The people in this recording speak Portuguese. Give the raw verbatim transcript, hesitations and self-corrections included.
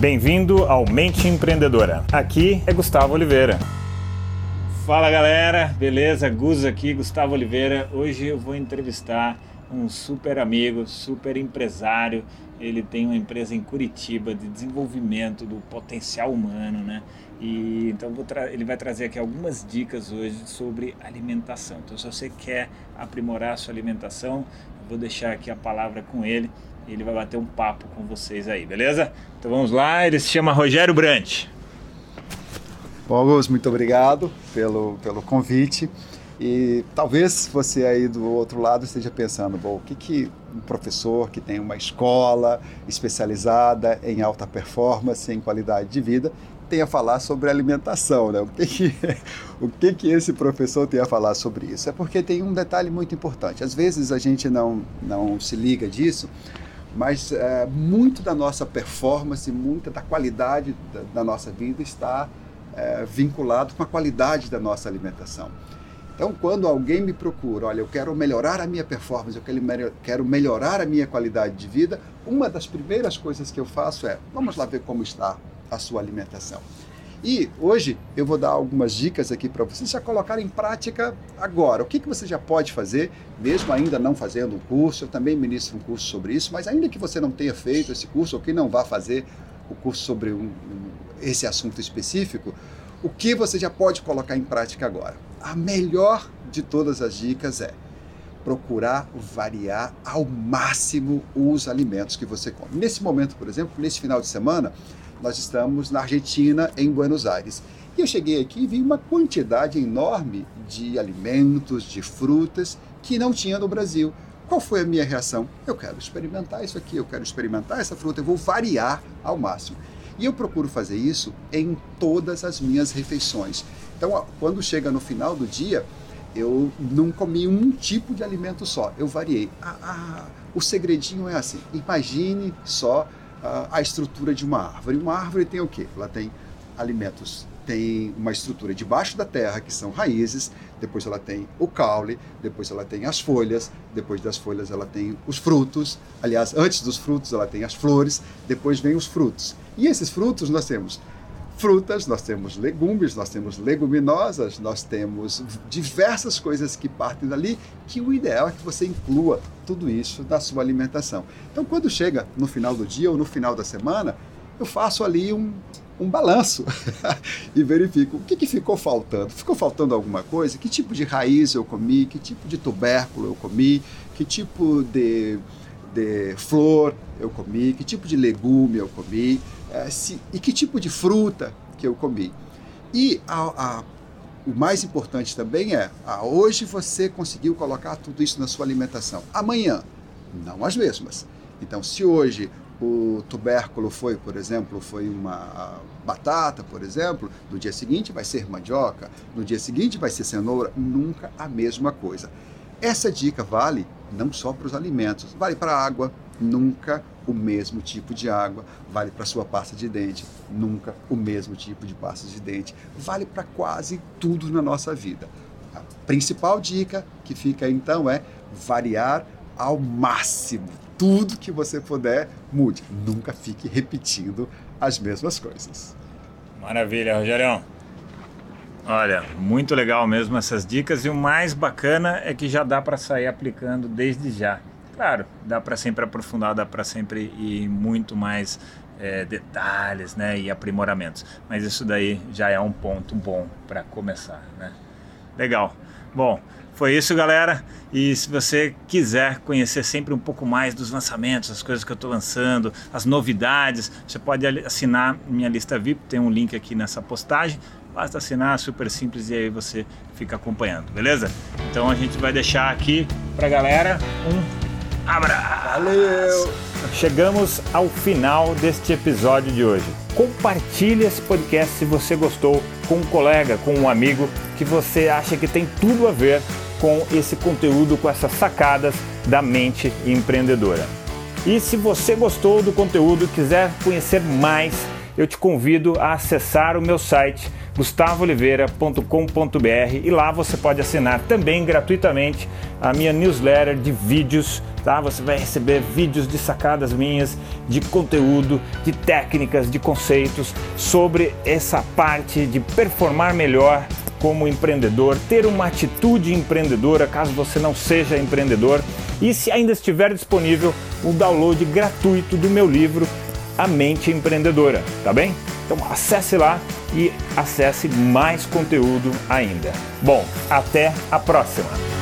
Bem-vindo ao Mente Empreendedora. Aqui é Gustavo Oliveira. Fala galera, beleza? Gus aqui, Gustavo Oliveira. Hoje eu vou entrevistar um super amigo, super empresário. Ele tem uma empresa em Curitiba de desenvolvimento do potencial humano, né? E então vou tra- ele vai trazer aqui algumas dicas hoje sobre alimentação. Então, se você quer aprimorar a sua alimentação, eu vou deixar aqui a palavra com ele. E ele vai bater um papo com vocês aí, beleza? Então vamos lá, ele se chama Rogério Brant. Bom, Gus, muito obrigado pelo, pelo convite. E talvez você aí do outro lado esteja pensando, bom, o que, que um professor que tem uma escola especializada em alta performance, em qualidade de vida, tem a falar sobre alimentação, né? O que que, o que que esse professor tem a falar sobre isso? É porque tem um detalhe muito importante. Às vezes a gente não, não se liga disso, mas é, muito da nossa performance, muita da qualidade da, da nossa vida está é, vinculado com a qualidade da nossa alimentação. Então, quando alguém me procura, olha, eu quero melhorar a minha performance, eu quero, quero melhorar a minha qualidade de vida, uma das primeiras coisas que eu faço é, vamos lá ver como está a sua alimentação. E hoje eu vou dar algumas dicas aqui para vocês já colocarem em prática agora. O que, que você já pode fazer, mesmo ainda não fazendo um curso, eu também ministro um curso sobre isso, mas ainda que você não tenha feito esse curso, ou que não vá fazer o curso sobre um, um, esse assunto específico, o que você já pode colocar em prática agora? A melhor de todas as dicas é procurar variar ao máximo os alimentos que você come. Nesse momento, por exemplo, nesse final de semana, nós estamos na Argentina, em Buenos Aires. E eu cheguei aqui e vi uma quantidade enorme de alimentos, de frutas, que não tinha no Brasil. Qual foi a minha reação? Eu quero experimentar isso aqui, eu quero experimentar essa fruta, eu vou variar ao máximo. E eu procuro fazer isso em todas as minhas refeições. Então, quando chega no final do dia, eu não comi um tipo de alimento só, eu variei. Ah, ah, o segredinho é assim, imagine só ah, a estrutura de uma árvore. Uma árvore tem o quê? Ela tem alimentos, tem uma estrutura debaixo da terra, que são raízes, depois ela tem o caule, depois ela tem as folhas, depois das folhas ela tem os frutos, aliás, antes dos frutos ela tem as flores, depois vem os frutos. E esses frutos nós temos frutas, nós temos legumes, nós temos leguminosas, nós temos diversas coisas que partem dali, que o ideal é que você inclua tudo isso na sua alimentação. Então, quando chega no final do dia ou no final da semana, eu faço ali um, um balanço e verifico o que, que ficou faltando. Ficou faltando alguma coisa? Que tipo de raiz eu comi? Que tipo de tubérculo eu comi? Que tipo de, de flor eu comi? Que tipo de legume eu comi? É, se, e que tipo de fruta que eu comi. E a, a, o mais importante também é, a, hoje você conseguiu colocar tudo isso na sua alimentação. Amanhã, não as mesmas. Então, se hoje o tubérculo foi, por exemplo, foi uma batata, por exemplo, no dia seguinte vai ser mandioca, no dia seguinte vai ser cenoura, nunca a mesma coisa. Essa dica vale não só para os alimentos, vale para a água, nunca o mesmo tipo de água, vale para a sua pasta de dente, nunca o mesmo tipo de pasta de dente, vale para quase tudo na nossa vida. A principal dica que fica então é variar ao máximo, tudo que você puder, mude, nunca fique repetindo as mesmas coisas. Maravilha, Rogério. Olha, muito legal mesmo essas dicas e o mais bacana é que já dá para sair aplicando desde já. Claro, dá para sempre aprofundar, dá para sempre ir muito mais é, detalhes, né, e aprimoramentos. Mas isso daí já é um ponto bom para começar, né? Legal. Bom, foi isso, galera. E se você quiser conhecer sempre um pouco mais dos lançamentos, as coisas que eu estou lançando, as novidades, você pode assinar minha lista V I P, tem um link aqui nessa postagem. Basta assinar, super simples, e aí você fica acompanhando, beleza? Então a gente vai deixar aqui pra galera um abraço! Valeu! Chegamos ao final deste episódio de hoje. Compartilhe esse podcast se você gostou com um colega, com um amigo que você acha que tem tudo a ver com esse conteúdo, com essas sacadas da mente empreendedora. E se você gostou do conteúdo e quiser conhecer mais, eu te convido a acessar o meu site gustavo oliveira ponto com ponto b r, e lá você pode assinar também gratuitamente a minha newsletter de vídeos, tá? Você vai receber vídeos de sacadas minhas, de conteúdo, de técnicas, de conceitos sobre essa parte de performar melhor como empreendedor, ter uma atitude empreendedora caso você não seja empreendedor, e se ainda estiver disponível o download gratuito do meu livro A Mente Empreendedora, tá bem? Então acesse lá e acesse mais conteúdo ainda. Bom, até a próxima!